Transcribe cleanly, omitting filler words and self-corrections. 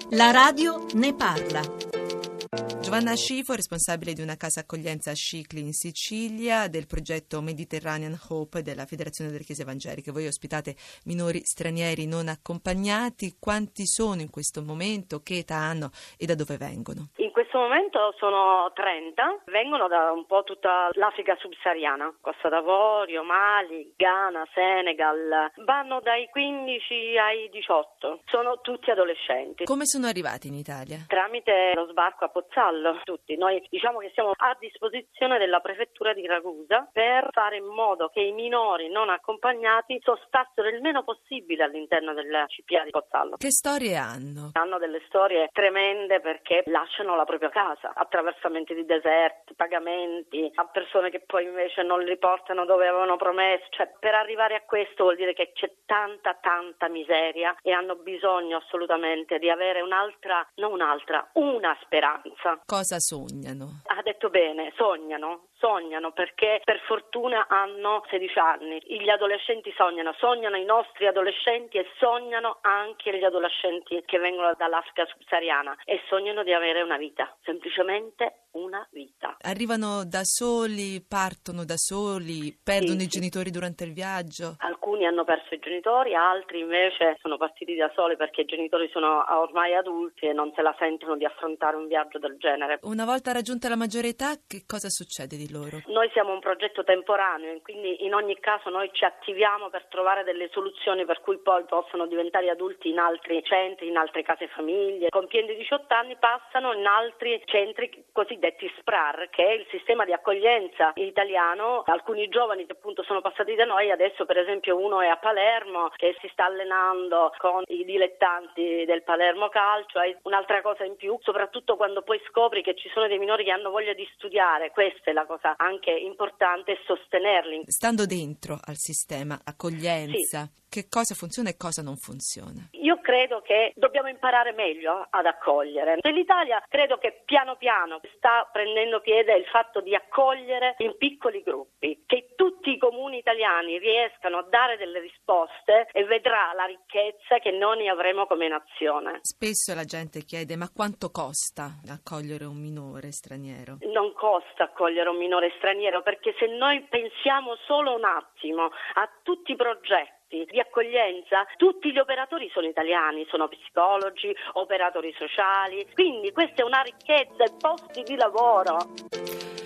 La radio ne parla. Giovanna Scifo, responsabile di una casa accoglienza a Scicli in Sicilia, del progetto Mediterranean Hope della Federazione delle Chiese Evangeliche. Voi ospitate minori stranieri non accompagnati. Quanti sono in questo momento? Che età hanno e da dove vengono? In questo momento sono 30, vengono da un po' tutta l'Africa subsahariana, Costa d'Avorio, Mali, Ghana, Senegal, vanno dai 15 ai 18, sono tutti adolescenti. Come sono arrivati in Italia? Tramite lo sbarco a Pozzallo, tutti. Noi diciamo che siamo a disposizione della prefettura di Ragusa per fare in modo che i minori non accompagnati sostassero il meno possibile all'interno del CPA di Pozzallo. Che storie hanno? Hanno delle storie tremende perché lasciano la propria casa, attraversamenti di deserti, pagamenti a persone che poi invece non li portano dove avevano promesso. Cioè, per arrivare a questo vuol dire che c'è tanta miseria e hanno bisogno assolutamente di avere una speranza. Cosa sognano? Ha detto bene, sognano perché per fortuna hanno 16 anni. Gli adolescenti sognano i nostri adolescenti e sognano anche gli adolescenti che vengono dall'Africa subsahariana e sognano di avere una vita, semplicemente una vita. Arrivano da soli, partono da soli, perdono Sì. i genitori durante il viaggio? Alcuni hanno perso i genitori, altri invece sono partiti da soli perché i genitori sono ormai adulti e non se la sentono di affrontare un viaggio del genere. Una volta raggiunta la maggiore età, che cosa succede di loro? Noi siamo un progetto temporaneo e quindi in ogni caso noi ci attiviamo per trovare delle soluzioni per cui poi possono diventare adulti in altri centri, in altre case famiglie. Compiendo i 18 anni passano in altri centri cosiddetti SPRAR, che è il sistema di accoglienza italiano. Alcuni giovani che appunto sono passati da noi, adesso per esempio uno è a Palermo che si sta allenando con i dilettanti del Palermo Calcio. È un'altra cosa in più, soprattutto quando poi scopri che ci sono dei minori che hanno voglia di studiare, questa è la cosa anche importante, sostenerli. Stando dentro al sistema accoglienza, Sì. Che cosa funziona e cosa non funziona? Io credo che dobbiamo imparare meglio ad accogliere. L'Italia credo che piano piano sta prendendo piede il fatto di accogliere in piccoli gruppi, che tutti i comuni italiani riescano a dare delle risposte e vedrà la ricchezza che noi ne avremo come nazione. Spesso la gente chiede: ma quanto costa accogliere un minore straniero? Non costa accogliere un minore straniero, perché se noi pensiamo solo un attimo a tutti i progetti di accoglienza, tutti gli operatori sono italiani, sono psicologi, operatori sociali, quindi questa è una ricchezza e posti di lavoro.